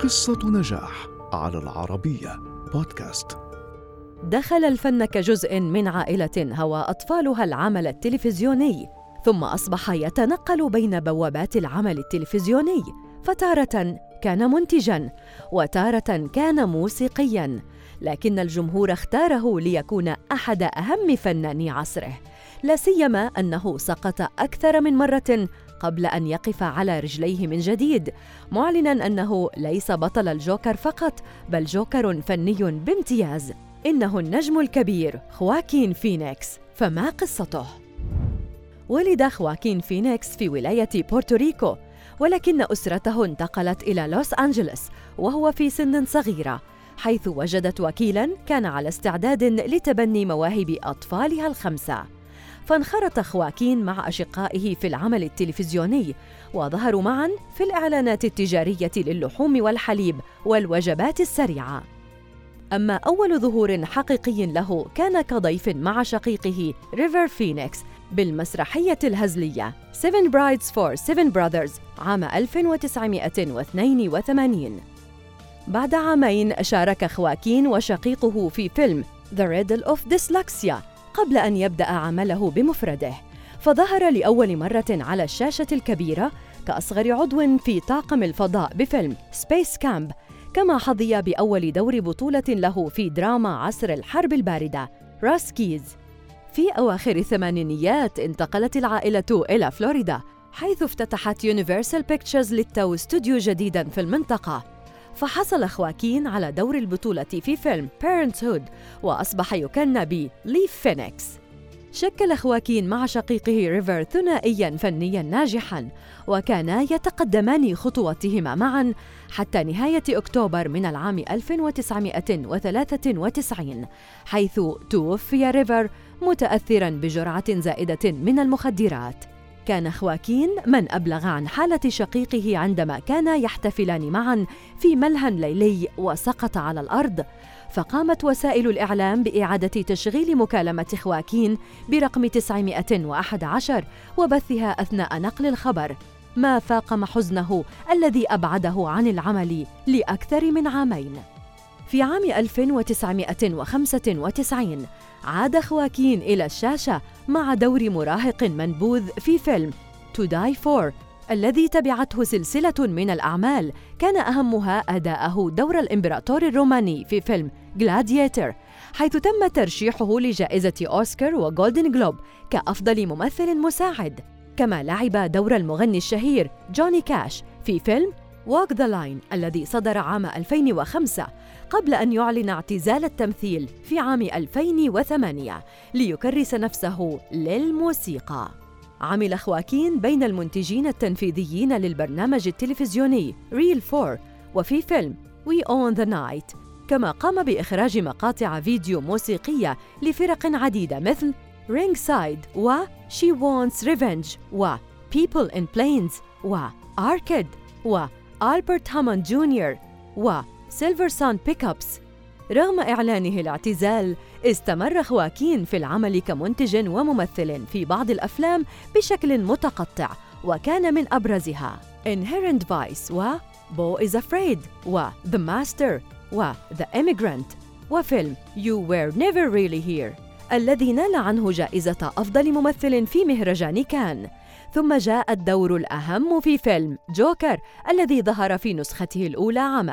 قصة نجاح على العربية بودكاست. دخل الفن كجزء من عائلة هوى أطفالها العمل التلفزيوني، ثم أصبح يتنقل بين بوابات العمل التلفزيوني، فتارة كان منتجاً وتارة كان موسيقياً، لكن الجمهور اختاره ليكون أحد أهم فناني عصره، لا سيما أنه سقط أكثر من مرة قبل أن يقف على رجليه من جديد، معلناً أنه ليس بطل الجوكر فقط، بل جوكر فني بامتياز. إنه النجم الكبير خواكين فينيكس. فما قصته؟ ولد خواكين فينيكس في ولاية بورتوريكو، ولكن أسرته انتقلت إلى لوس أنجلوس وهو في سن صغيرة، حيث وجدت وكيلاً كان على استعداد لتبني مواهب أطفالها الخمسة. فانخرط خواكين مع أشقائه في العمل التلفزيوني، وظهروا معاً في الإعلانات التجارية للحوم والحليب والوجبات السريعة. أما أول ظهور حقيقي له كان كضيف مع شقيقه ريفر فينيكس بالمسرحية الهزلية Seven Brides for Seven Brothers عام 1982. بعد عامين شارك خواكين وشقيقه في فيلم The Riddle of Dyslexia قبل أن يبدأ عمله بمفرده، فظهر لأول مرة على الشاشة الكبيرة كأصغر عضو في طاقم الفضاء بفيلم Space Camp، كما حظي بأول دور بطولة له في دراما عصر الحرب الباردة راسكيز. في أواخر الثمانينيات انتقلت العائلة إلى فلوريدا، حيث افتتحت يونيفرسال بيكتشرز للتو استوديو جديداً في المنطقة، فحصل خواكين على دور البطولة في فيلم Parenthood، وأصبح يكنى بليف فينيكس. شكل خواكين مع شقيقه ريفر ثنائياً فنياً ناجحاً، وكانا يتقدمان خطواتهما معاً حتى نهاية أكتوبر من العام 1993، حيث توفي ريفر متأثراً بجرعة زائدة من المخدرات. كان خواكين من أبلغ عن حالة شقيقه عندما كانا يحتفلان معاً في ملهى ليلي وسقط على الأرض، فقامت وسائل الإعلام بإعادة تشغيل مكالمة خواكين برقم 911 وبثها أثناء نقل الخبر، ما فاقم حزنه الذي أبعده عن العمل لأكثر من عامين. في عام 1995 عاد خواكين إلى الشاشة مع دور مراهق منبوذ في فيلم To Die For، الذي تبعته سلسلة من الأعمال كان أهمها أداءه دور الإمبراطور الروماني في فيلم Gladiator، حيث تم ترشيحه لجائزة أوسكار وغولدن جلوب كأفضل ممثل مساعد. كما لعب دور المغني الشهير جوني كاش في فيلم Walk the Line الذي صدر عام 2005، قبل أن يعلن اعتزال التمثيل في عام 2008 ليكرس نفسه للموسيقى. عمل خواكين بين المنتجين التنفيذيين للبرنامج التلفزيوني Reel 4 وفي فيلم We Own the Night، كما قام بإخراج مقاطع فيديو موسيقية لفرق عديدة مثل Ringside و She Wants Revenge و People in Planes و Arcade و Albert Hammond Jr. و Silver Sun Pickups. رغم إعلانه الاعتزال، استمر خواكين في العمل كمنتج وممثل في بعض الأفلام بشكل متقطع، وكان من أبرزها Inherent Vice و Beau is Afraid و The Master و The Immigrant وفيلم You Were Never Really Here الذي نال عنه جائزة أفضل ممثل في مهرجان كان. ثم جاء الدور الأهم في فيلم جوكر الذي ظهر في نسخته الأولى عام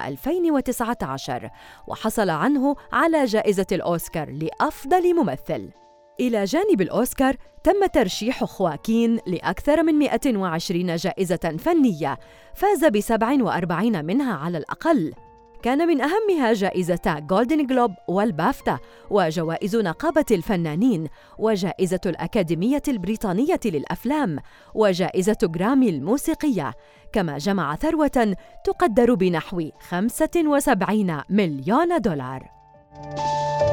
2019، وحصل عنه على جائزة الأوسكار لأفضل ممثل. إلى جانب الأوسكار تم ترشيح خواكين لأكثر من 120 جائزة فنية، فاز ب47 منها على الأقل. كان من أهمها جائزة غولدن جلوب والبافتا وجوائز نقابة الفنانين وجائزة الأكاديمية البريطانية للأفلام وجائزة غرامي الموسيقية، كما جمع ثروة تقدر بنحو $75 مليون.